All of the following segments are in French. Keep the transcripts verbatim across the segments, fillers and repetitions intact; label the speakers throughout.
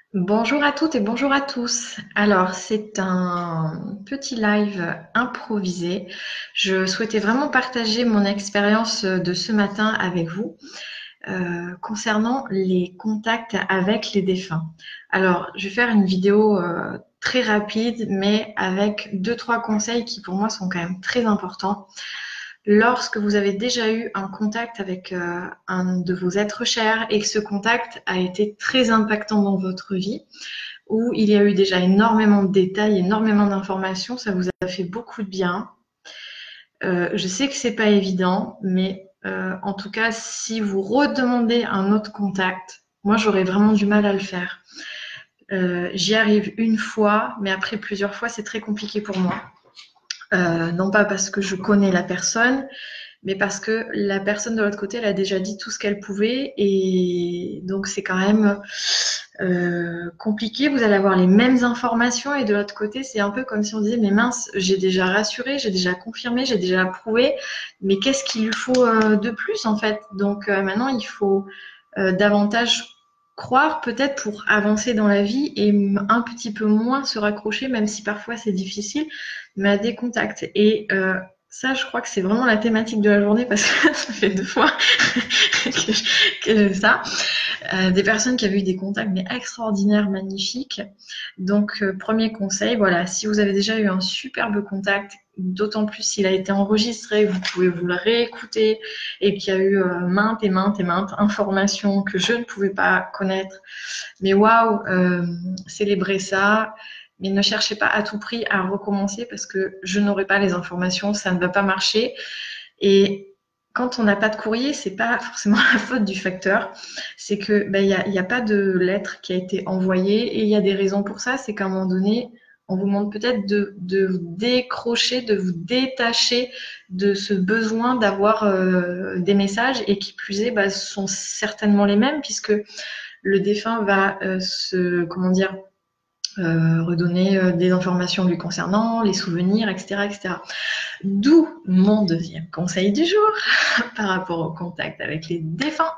Speaker 1: Bonjour à toutes et bonjour à tous. Alors, c'est un petit live improvisé. Je souhaitais vraiment partager mon expérience de ce matin avec vous euh, concernant les contacts avec les défunts. Alors, je vais faire une vidéo euh, très rapide, mais avec deux, trois conseils qui pour moi sont quand même très importants. Lorsque vous avez déjà eu un contact avec euh, un de vos êtres chers et que ce contact a été très impactant dans votre vie, où il y a eu déjà énormément de détails, énormément d'informations, ça vous a fait beaucoup de bien. Euh, je sais que c'est pas évident, mais euh, en tout cas, si vous redemandez un autre contact, moi j'aurais vraiment du mal à le faire. Euh, J'y arrive une fois, mais après plusieurs fois, c'est très compliqué pour moi. Euh, non pas parce que je connais la personne, mais parce que la personne de l'autre côté, elle a déjà dit tout ce qu'elle pouvait, et donc c'est quand même euh, compliqué. Vous allez avoir les mêmes informations, et de l'autre côté, c'est un peu comme si on disait, mais mince, j'ai déjà rassuré, j'ai déjà confirmé, j'ai déjà prouvé, mais qu'est-ce qu'il lui faut euh, de plus en fait? Donc euh, maintenant, il faut euh, davantage croire peut-être pour avancer dans la vie et un petit peu moins se raccrocher, même si parfois c'est difficile, mais à des contacts. Et euh, ça, je crois que c'est vraiment la thématique de la journée parce que ça fait deux fois que, je, que je ça. Euh, des personnes qui avaient eu des contacts mais extraordinaires, magnifiques. Donc, euh, premier conseil, voilà, si vous avez déjà eu un superbe contact, d'autant plus s'il a été enregistré, vous pouvez vous le réécouter et qu'il y a eu euh, maintes et maintes et maintes informations que je ne pouvais pas connaître. Mais waouh, euh, célébrez ça. Mais ne cherchez pas à tout prix à recommencer parce que je n'aurai pas les informations, ça ne va pas marcher. Et quand on n'a pas de courrier, c'est pas forcément la faute du facteur. C'est que ben, y a, y a pas de lettre qui a été envoyée et il y a des raisons pour ça. C'est qu'à un moment donné, on vous demande peut-être de, de vous décrocher, de vous détacher de ce besoin d'avoir euh, des messages et qui plus est, ben, sont certainement les mêmes puisque le défunt va euh, se, comment dire, euh, redonner euh, des informations lui concernant, les souvenirs, et cetera, et cetera. D'où mon deuxième conseil du jour par rapport au contact avec les défunts.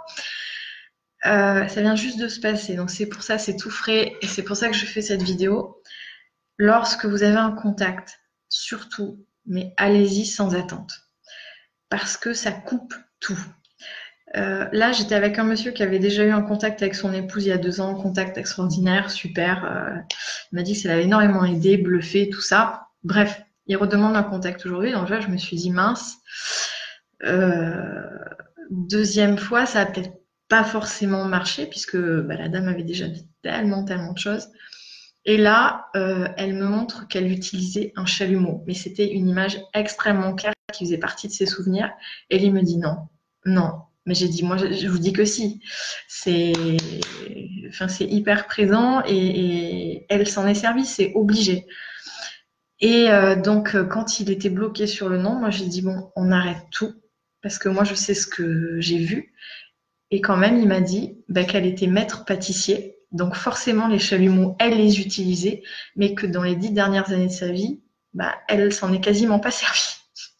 Speaker 1: Euh, ça vient juste de se passer, donc c'est pour ça, c'est tout frais et c'est pour ça que je fais cette vidéo. Lorsque vous avez un contact, surtout, mais allez-y sans attente, parce que ça coupe tout. Euh, là, j'étais avec un monsieur qui avait déjà eu un contact avec son épouse il y a deux ans, contact extraordinaire, super. Euh, il m'a dit que ça l'avait énormément aidé, bluffé, tout ça. Bref, il redemande un contact aujourd'hui, donc là, je me suis dit mince. Euh, deuxième fois, ça a peut-être pas forcément marché puisque bah, la dame avait déjà dit tellement, tellement de choses. Et là, euh, elle me montre qu'elle utilisait un chalumeau, mais c'était une image extrêmement claire qui faisait partie de ses souvenirs. Et il me dit non, non. Mais j'ai dit, moi, je vous dis que si. C'est, enfin, c'est hyper présent et, et elle s'en est servie, c'est obligé. Et euh, donc, quand il était bloqué sur le nom, moi, j'ai dit, bon, on arrête tout, parce que moi, je sais ce que j'ai vu. Et quand même, il m'a dit bah, qu'elle était maître pâtissier. Donc forcément, les chalumeaux, elle les utilisait, mais que dans les dix dernières années de sa vie, bah, elle s'en est quasiment pas servie.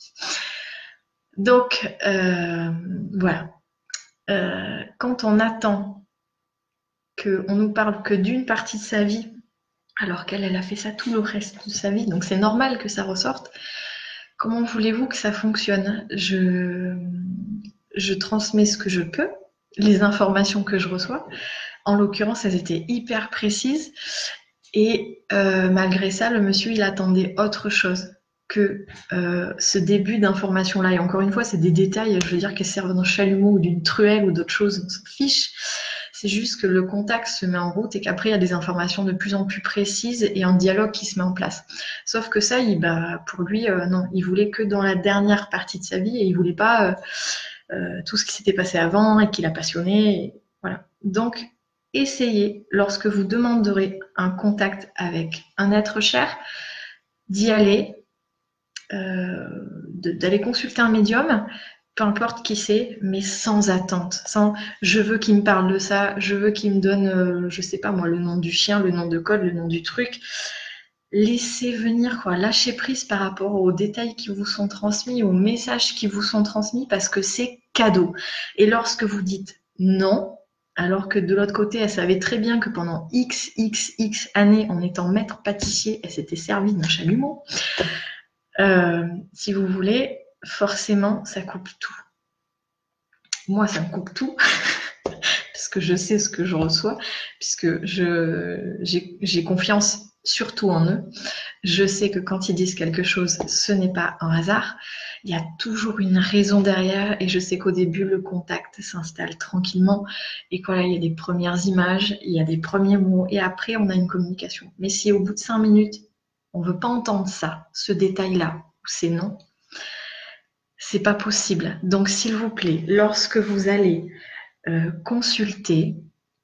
Speaker 1: Donc, euh, voilà. Euh, quand on attend qu'on nous parle que d'une partie de sa vie, alors qu'elle, elle a fait ça tout le reste de sa vie, donc c'est normal que ça ressorte, comment voulez-vous que ça fonctionne? Je, je transmets ce que je peux, les informations que je reçois. En l'occurrence, elles étaient hyper précises. Et euh, malgré ça, le monsieur, il attendait autre chose que euh, ce début d'information-là. Et encore une fois, c'est des détails, je veux dire, qu'elles servent d'un chalumeau ou d'une truelle ou d'autre chose, on s'en fiche. C'est juste que le contact se met en route et qu'après, il y a des informations de plus en plus précises et un dialogue qui se met en place. Sauf que ça, il, bah, pour lui, euh, non, il voulait que dans la dernière partie de sa vie et il voulait pas euh, euh, tout ce qui s'était passé avant et qui l'a passionné. Et voilà. Donc, essayez, lorsque vous demanderez un contact avec un être cher, d'y aller, euh, d'aller consulter un médium, peu importe qui c'est, mais sans attente, sans je veux qu'il me parle de ça, je veux qu'il me donne, euh, je sais pas moi, le nom du chien, le nom de code, le nom du truc. Laissez venir, quoi, lâchez prise par rapport aux détails qui vous sont transmis, aux messages qui vous sont transmis, parce que c'est cadeau. Et lorsque vous dites non, alors que de l'autre côté, elle savait très bien que pendant X, X, X années, en étant maître pâtissier, elle s'était servie d'un chalumeau. Euh, si vous voulez, forcément, ça coupe tout. Moi, ça me coupe tout, parce que je sais ce que je reçois, puisque je, j'ai, j'ai confiance surtout en eux. Je sais que quand ils disent quelque chose, ce n'est pas un hasard. Il y a toujours une raison derrière et je sais qu'au début, le contact s'installe tranquillement et voilà, il y a des premières images, il y a des premiers mots et après, on a une communication. Mais si au bout de cinq minutes, on ne veut pas entendre ça, ce détail-là, ou ces noms, c'est pas possible. Donc, s'il vous plaît, lorsque vous allez euh, consulter,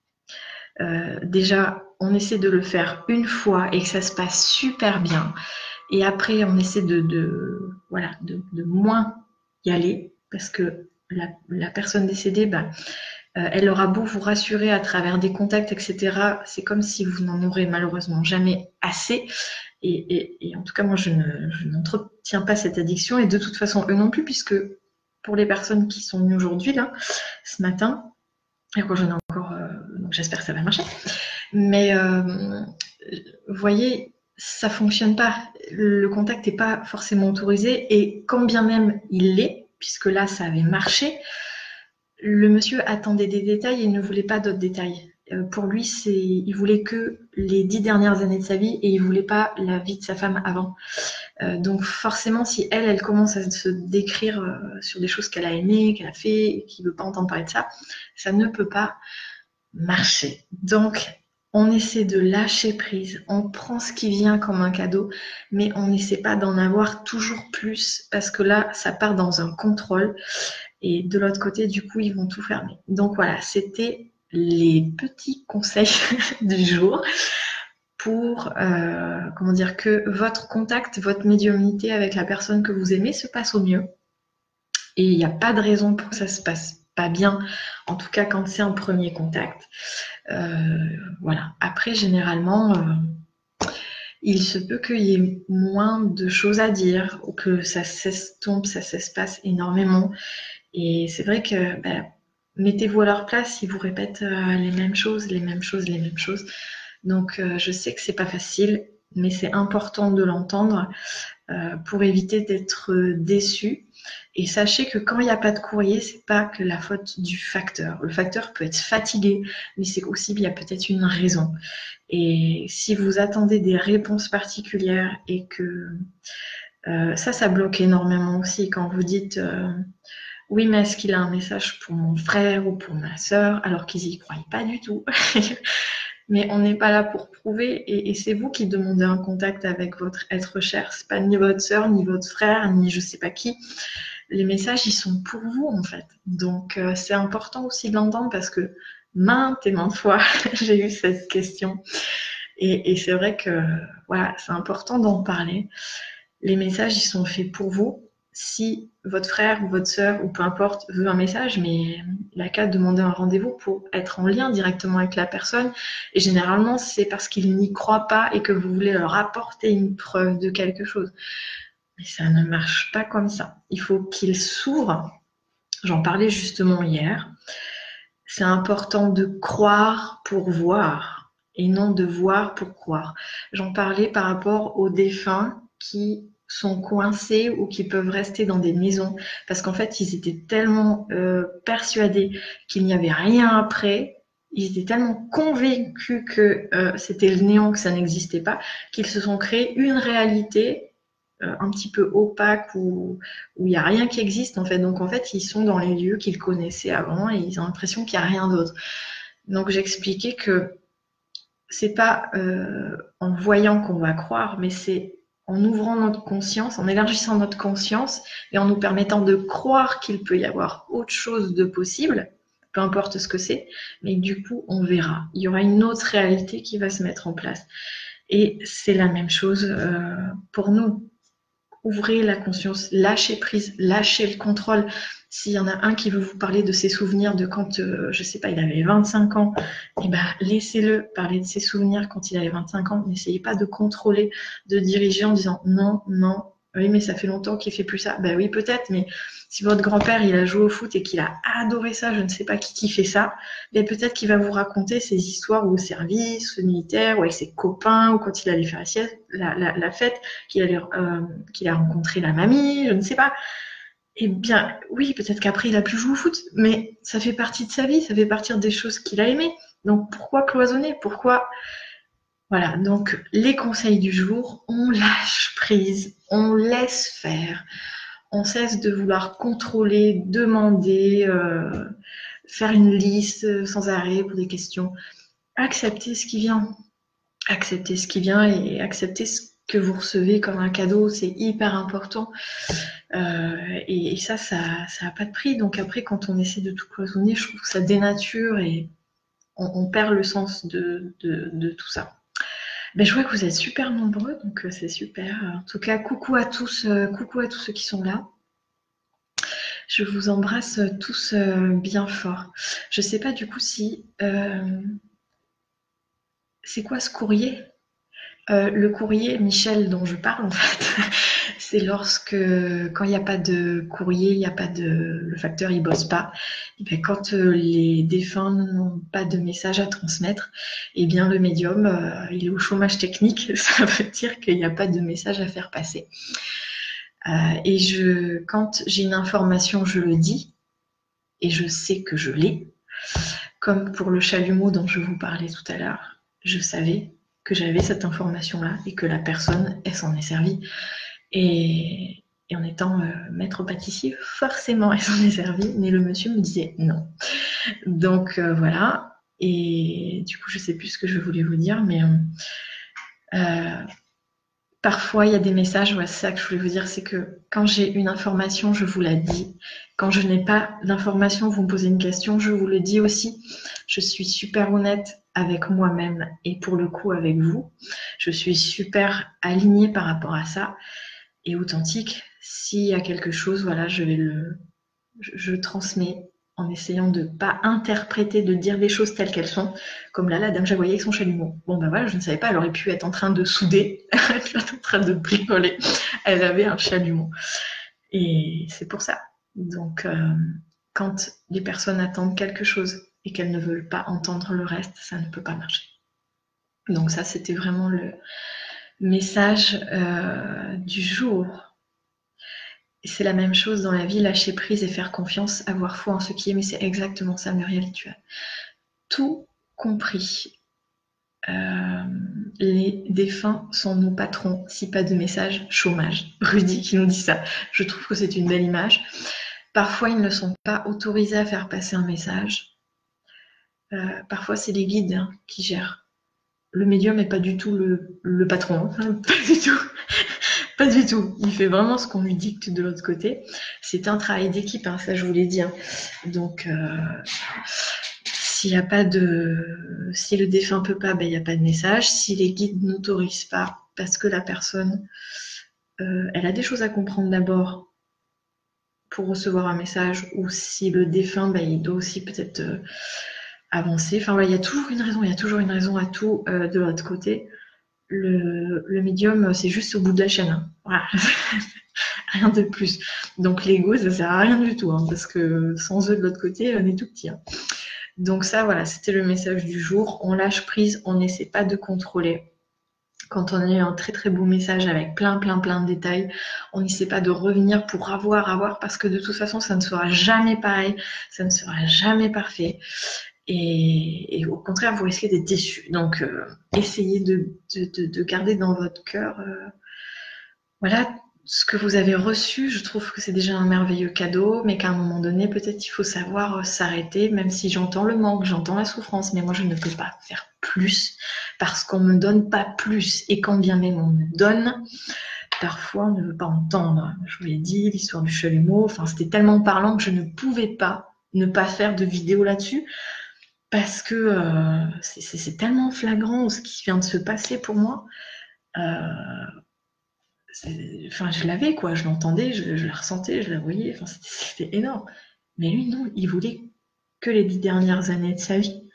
Speaker 1: euh, déjà, on essaie de le faire une fois et que ça se passe super bien. Et après, on essaie de, de, voilà, de, de moins y aller parce que la, la personne décédée, bah, euh, elle aura beau vous rassurer à travers des contacts, et cetera. C'est comme si vous n'en aurez malheureusement jamais assez. Et, et, et en tout cas, moi, je, ne, je n'entretiens pas cette addiction et de toute façon, eux non plus, puisque pour les personnes qui sont venues aujourd'hui, là, ce matin, et quoi, j'en ai encore, euh, donc j'espère que ça va marcher. Mais euh, vous voyez, ça fonctionne pas. Le contact n'est pas forcément autorisé et quand bien même il l'est, puisque là ça avait marché, le monsieur attendait des détails et il ne voulait pas d'autres détails. Euh, pour lui, c'est, il voulait que les dix dernières années de sa vie et il voulait pas la vie de sa femme avant. Euh, donc forcément, si elle, elle commence à se décrire euh, sur des choses qu'elle a aimées, qu'elle a fait et qu'il veut pas entendre parler de ça, ça ne peut pas marcher. Donc, on essaie de lâcher prise, on prend ce qui vient comme un cadeau, mais on n'essaie pas d'en avoir toujours plus parce que là, ça part dans un contrôle et de l'autre côté, du coup, ils vont tout fermer. Donc voilà, c'était les petits conseils du jour pour euh, comment dire que votre contact, votre médiumnité avec la personne que vous aimez se passe au mieux. Et il n'y a pas de raison pour que ça se passe pas bien, en tout cas quand c'est un premier contact. Euh, voilà. Après, généralement, euh, il se peut qu'il y ait moins de choses à dire ou que ça s'estompe, ça s'espace énormément. Et c'est vrai que bah, mettez-vous à leur place, ils vous répètent euh, les mêmes choses, les mêmes choses, les mêmes choses. Donc, euh, je sais que c'est pas facile, mais c'est important de l'entendre euh, pour éviter d'être déçu. Et sachez que quand il n'y a pas de courrier, c'est pas que la faute du facteur. Le facteur peut être fatigué, mais c'est aussi il y a peut-être une raison. Et si vous attendez des réponses particulières et que euh, ça, ça bloque énormément aussi quand vous dites euh, oui, mais est-ce qu'il a un message pour mon frère ou pour ma sœur alors qu'ils y croient pas du tout. Mais on n'est pas là pour prouver et, et c'est vous qui demandez un contact avec votre être cher. C'est pas ni votre sœur, ni votre frère, ni je sais pas qui. Les messages, ils sont pour vous en fait. Donc euh, c'est important aussi de l'entendre parce que maintes et maintes fois, j'ai eu cette question. Et, et c'est vrai que voilà, c'est important d'en parler. Les messages, ils sont faits pour vous. Si votre frère ou votre sœur ou peu importe veut un message, mais il a qu'à demander un rendez-vous pour être en lien directement avec la personne. Et généralement, c'est parce qu'il n'y croit pas et que vous voulez leur apporter une preuve de quelque chose. Mais ça ne marche pas comme ça. Il faut qu'il s'ouvre. J'en parlais justement hier. C'est important de croire pour voir et non de voir pour croire. J'en parlais par rapport aux défunts qui sont coincés ou qui peuvent rester dans des maisons parce qu'en fait, ils étaient tellement euh, persuadés qu'il n'y avait rien après, ils étaient tellement convaincus que euh, c'était le néant, que ça n'existait pas, qu'ils se sont créés une réalité euh, un petit peu opaque où où il n'y a rien qui existe en fait. Donc en fait, ils sont dans les lieux qu'ils connaissaient avant et ils ont l'impression qu'il n'y a rien d'autre. Donc j'expliquais que c'est pas euh, en voyant qu'on va croire, mais c'est en ouvrant notre conscience, en élargissant notre conscience et en nous permettant de croire qu'il peut y avoir autre chose de possible, peu importe ce que c'est, mais du coup on verra. Il y aura une autre réalité qui va se mettre en place. Et c'est la même chose euh, pour nous. Ouvrez la conscience, lâchez prise, lâchez le contrôle. S'il y en a un qui veut vous parler de ses souvenirs de quand, euh, je sais pas, il avait vingt-cinq ans, eh ben, laissez-le parler de ses souvenirs quand il avait vingt-cinq ans. N'essayez pas de contrôler, de diriger en disant non, non, Oui, mais ça fait longtemps qu'il fait plus ça. Ben oui, peut-être, mais si votre grand-père, il a joué au foot et qu'il a adoré ça, je ne sais pas qui qui fait ça, mais peut-être qu'il va vous raconter ses histoires au service militaire ou avec ses copains ou quand il allait faire la, sieste, la, la, la fête, qu'il allait, euh, qu'il a rencontré la mamie, je ne sais pas. Eh bien, oui, peut-être qu'après, il a plus joué au foot, mais ça fait partie de sa vie, ça fait partie des choses qu'il a aimées. Donc, pourquoi cloisonner? Pourquoi voilà, donc les conseils du jour, on lâche prise, on laisse faire, on cesse de vouloir contrôler, demander, euh, faire une liste sans arrêt pour des questions. Accepter ce qui vient, accepter ce qui vient et accepter ce que vous recevez comme un cadeau, c'est hyper important. Euh, et, et ça, ça n'a pas de prix. Donc après, quand on essaie de tout cloisonner, je trouve que ça dénature et on, on perd le sens de, de, de tout ça. Ben, je vois que vous êtes super nombreux, donc euh, c'est super. En tout cas, coucou à tous, euh, coucou à tous ceux qui sont là. Je vous embrasse tous euh, bien fort. Je sais pas du coup si euh, c'est quoi ce courrier? Euh, le courrier, Michel, dont je parle en fait, c'est lorsque quand il n'y a pas de courrier, il n'y a pas de le facteur, il bosse pas. Et bien, quand euh, les défunts n'ont pas de message à transmettre, et eh bien le médium, euh, il est au chômage technique. Ça veut dire qu'il n'y a pas de message à faire passer. Euh, et je, quand j'ai une information, je le dis, et je sais que je l'ai. Comme pour le chalumeau dont je vous parlais tout à l'heure, je savais que j'avais cette information-là et que la personne, elle s'en est servie. Et, et en étant euh, maître pâtissier, forcément, elle s'en est servie, mais le monsieur me disait non. Donc euh, voilà. Et du coup, je sais plus ce que je voulais vous dire, mais euh, parfois, il y a des messages, ouais, c'est ça que je voulais vous dire, c'est que quand j'ai une information, je vous la dis. Quand je n'ai pas d'information, vous me posez une question, je vous le dis aussi. Je suis super honnête avec moi-même et pour le coup avec vous. Je suis super alignée par rapport à ça et authentique. S'il y a quelque chose, voilà, je vais le, je, je transmets en essayant de ne pas interpréter, de dire les choses telles qu'elles sont. Comme là, la dame Jagoyer avec son chalumeau. Bon, ben voilà, je ne savais pas, elle aurait pu être en train de souder, être en train de bricoler. Elle avait un chalumeau. Et c'est pour ça. Donc, euh, quand les personnes attendent quelque chose et qu'elles ne veulent pas entendre le reste, ça ne peut pas marcher. Donc ça, c'était vraiment le message euh, du jour. Et c'est la même chose dans la vie, lâcher prise et faire confiance, avoir foi en ce qui est, mais c'est exactement ça, Muriel, tu as tout compris. Euh, les défunts sont nos patrons, si pas de message, chômage. Rudy qui nous dit ça. Je trouve que c'est une belle image. Parfois, ils ne sont pas autorisés à faire passer un message. Euh, parfois, c'est les guides hein, qui gèrent. Le médium n'est pas du tout le, le patron, hein, pas du tout. Pas du tout. Il fait vraiment ce qu'on lui dicte de l'autre côté. C'est un travail d'équipe, hein, ça je vous l'ai dit. Hein. Donc, euh, s'il n'y a pas de, si le défunt peut pas, ben il n'y a pas de message. Si les guides n'autorisent pas, parce que la personne, euh, elle a des choses à comprendre d'abord pour recevoir un message, ou si le défunt, ben il doit aussi peut-être euh, avancer. Enfin voilà, il y a toujours une raison. Il y a toujours une raison à tout euh, de l'autre côté. Le, le médium, c'est juste au bout de la chaîne. Hein. Voilà. Rien de plus. Donc l'ego, ça sert à rien du tout, hein, parce que sans eux de l'autre côté, on est tout petit. Hein. Donc ça, voilà, c'était le message du jour. On lâche prise, on n'essaie pas de contrôler. Quand on a eu un très très beau message avec plein plein plein de détails, on n'essaie pas de revenir pour avoir, avoir, parce que de toute façon, ça ne sera jamais pareil, ça ne sera jamais parfait. Et, et au contraire, vous risquez d'être déçus. Donc, euh, essayez de, de, de, de garder dans votre cœur, euh, voilà, ce que vous avez reçu. Je trouve que c'est déjà un merveilleux cadeau, mais qu'à un moment donné, peut-être il faut savoir euh, s'arrêter, même si j'entends le manque, j'entends la souffrance, mais moi je ne peux pas faire plus parce qu'on ne me donne pas plus. Et quand bien même on me donne, parfois on ne veut pas entendre. Je vous l'ai dit, l'histoire du chalumeau, enfin c'était tellement parlant que je ne pouvais pas ne pas faire de vidéo là-dessus. Parce que euh, c'est tellement flagrant ce qui vient de se passer pour moi. Euh, enfin, je l'avais, quoi. Je l'entendais, je, je la ressentais, je la voyais. Enfin, c'était énorme. Mais lui, non, il voulait que les dix dernières années de sa vie.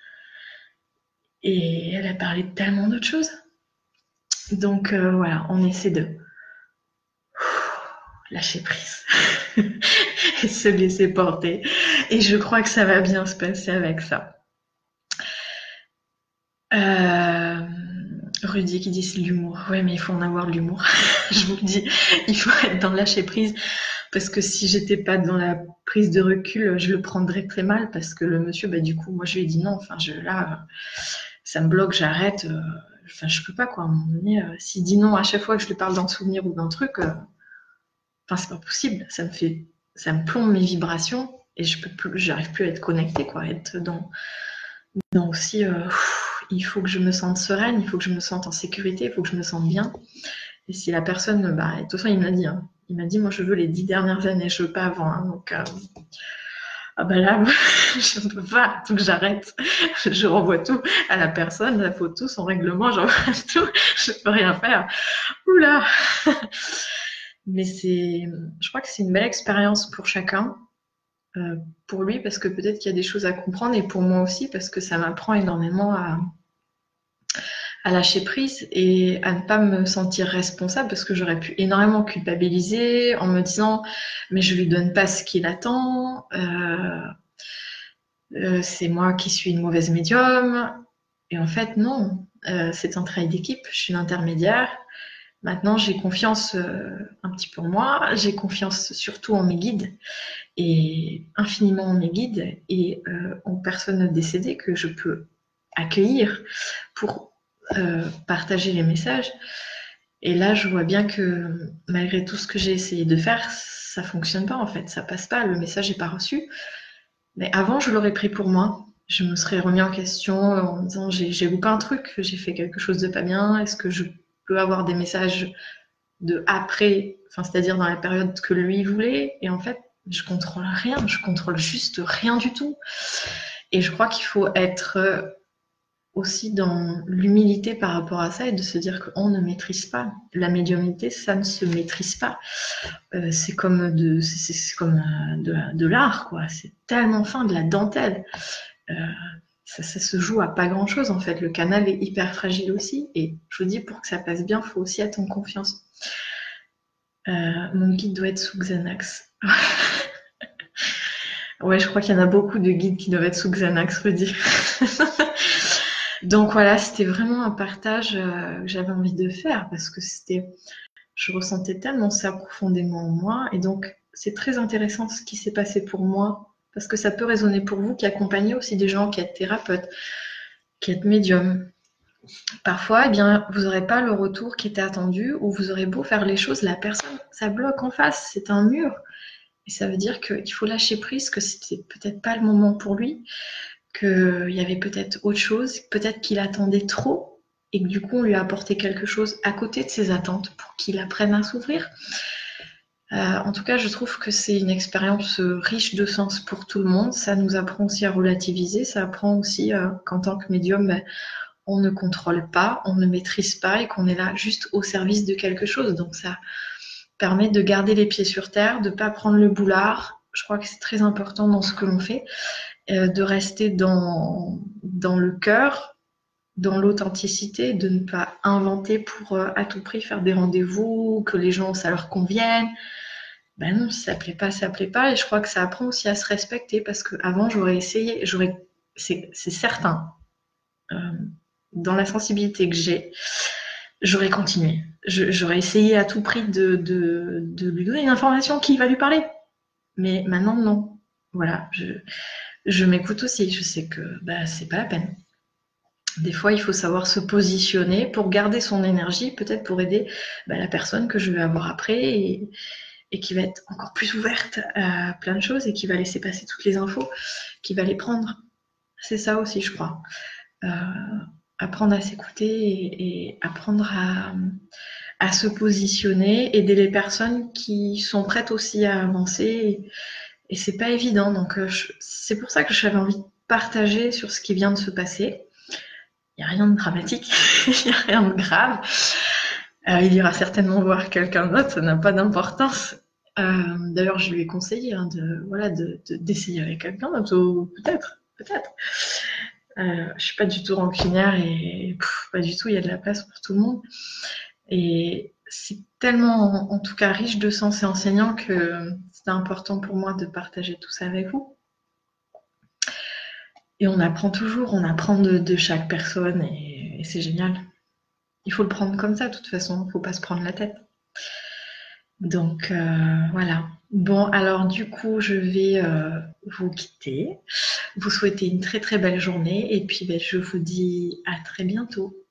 Speaker 1: Et elle a parlé de tellement d'autres choses. Donc, euh, voilà, on essaie de lâcher prise et se laisser porter. Et je crois que ça va bien se passer avec ça. Euh, Rudy qui dit c'est l'humour. Ouais, mais il faut en avoir de l'humour. Je vous le dis, il faut être dans le lâcher prise. Parce que si j'étais pas dans la prise de recul, je le prendrais très mal. Parce que le monsieur, bah, du coup, moi, je lui ai dit non. Enfin, je, là, ça me bloque, j'arrête. Euh, enfin, je peux pas, quoi. À un moment donné, euh, s'il dit non à chaque fois que je lui parle d'un souvenir ou d'un truc, euh, enfin, c'est pas possible. Ça me fait, ça me plombe mes vibrations et je peux plus, j'arrive plus à être connectée, quoi. Être dans, dans aussi, euh, pff, il faut que je me sente sereine, il faut que je me sente en sécurité, il faut que je me sente bien. Et si la personne, bah, de toute façon, il m'a dit, hein, il m'a dit, moi, je veux les dix dernières années, je veux pas avant, hein, donc, euh, ah bah là, je ne peux pas, faut que j'arrête. Je renvoie tout à la personne, la photo, son règlement, j'envoie tout, je peux rien faire. Oula. Mais c'est, je crois que c'est une belle expérience pour chacun, euh, pour lui, parce que peut-être qu'il y a des choses à comprendre, et pour moi aussi, parce que ça m'apprend énormément à, à lâcher prise et à ne pas me sentir responsable, parce que j'aurais pu énormément culpabiliser en me disant mais je lui donne pas ce qu'il attend, euh, euh, c'est moi qui suis une mauvaise médium. Et en fait non, euh, c'est un travail d'équipe, je suis l'intermédiaire. Maintenant j'ai confiance euh, un petit peu en moi, j'ai confiance surtout en mes guides et infiniment en mes guides et euh, en personnes décédées que je peux accueillir pour euh, partager les messages. Et là, je vois bien que malgré tout ce que j'ai essayé de faire, ça fonctionne pas en fait, ça passe pas, le message n'est pas reçu. Mais avant, je l'aurais pris pour moi. Je me serais remis en question en me disant j'ai, j'ai loupé un truc, j'ai fait quelque chose de pas bien, est-ce que je peux avoir des messages de après, enfin, c'est-à-dire dans la période que lui voulait. Et en fait, je contrôle rien, je contrôle juste rien du tout. Et je crois qu'il faut être aussi dans l'humilité par rapport à ça et de se dire qu'on ne maîtrise pas. La médiumnité, ça ne se maîtrise pas. Euh, c'est comme de, c'est, c'est comme euh, de, de l'art, quoi. C'est tellement fin, de la dentelle. Euh, ça, ça se joue à pas grand-chose, en fait. Le canal est hyper fragile aussi. Et je vous dis, pour que ça passe bien, il faut aussi être en confiance. Euh, mon guide doit être sous Xanax. Ouais, je crois qu'il y en a beaucoup de guides qui doivent être sous Xanax, Rudy. Donc voilà, c'était vraiment un partage euh, que j'avais envie de faire parce que c'était, je ressentais tellement ça profondément en moi. Et donc, c'est très intéressant ce qui s'est passé pour moi parce que ça peut résonner pour vous qui accompagnez aussi des gens qui êtes thérapeutes, qui êtes médiums. Parfois, eh bien, vous n'aurez pas le retour qui était attendu ou vous aurez beau faire les choses, la personne, ça bloque en face, c'est un mur. Et ça veut dire qu'il faut lâcher prise, que c'était peut-être pas le moment pour lui, qu'il y avait peut-être autre chose, peut-être qu'il attendait trop et que du coup on lui a apporté quelque chose à côté de ses attentes pour qu'il apprenne à s'ouvrir. Euh, en tout cas, je trouve que c'est une expérience riche de sens pour tout le monde. Ça nous apprend aussi à relativiser, ça apprend aussi euh, qu'en tant que médium, ben, on ne contrôle pas, on ne maîtrise pas et qu'on est là juste au service de quelque chose. Donc ça permet de garder les pieds sur terre, de ne pas prendre le boulard. Je crois que c'est très important dans ce que l'on fait, euh, de rester dans, dans le cœur, dans l'authenticité, de ne pas inventer pour euh, à tout prix faire des rendez-vous, que les gens, ça leur convienne. Ben non, si ça plaît pas, ça plaît pas. Et je crois que ça apprend aussi à se respecter parce qu'avant, j'aurais essayé, j'aurais, c'est, c'est certain, euh, dans la sensibilité que j'ai, j'aurais continué. Je, j'aurais essayé à tout prix de, de, de lui donner une information qui va lui parler. Mais maintenant, non. Voilà, je, je m'écoute aussi. Je sais que bah, c'est pas la peine. Des fois, il faut savoir se positionner pour garder son énergie, peut-être pour aider bah, la personne que je vais avoir après et, et qui va être encore plus ouverte à plein de choses et qui va laisser passer toutes les infos, qui va les prendre. C'est ça aussi, je crois. Euh, apprendre à s'écouter et, et apprendre à, à se positionner, aider les personnes qui sont prêtes aussi à avancer. Et, et c'est pas évident. Donc, euh, je, c'est pour ça que j'avais envie de partager sur ce qui vient de se passer. Il n'y a rien de dramatique, il n'y a rien de grave. Euh, il ira certainement voir quelqu'un d'autre, ça n'a pas d'importance. Euh, d'ailleurs, je lui ai conseillé hein, de, voilà, de, de, d'essayer avec quelqu'un d'autre, ou peut-être, peut-être. Euh, je suis pas du tout rancunière et pff, pas du tout, il y a de la place pour tout le monde. Et c'est tellement, en, en tout cas, riche de sens et enseignant que c'est important pour moi de partager tout ça avec vous. Et on apprend toujours, on apprend de, de chaque personne et, et c'est génial. Il faut le prendre comme ça, de toute façon, il ne faut pas se prendre la tête. Donc euh, voilà. Bon, alors du coup, je vais euh, vous quitter, vous souhaiter une très très belle journée et puis ben, je vous dis à très bientôt.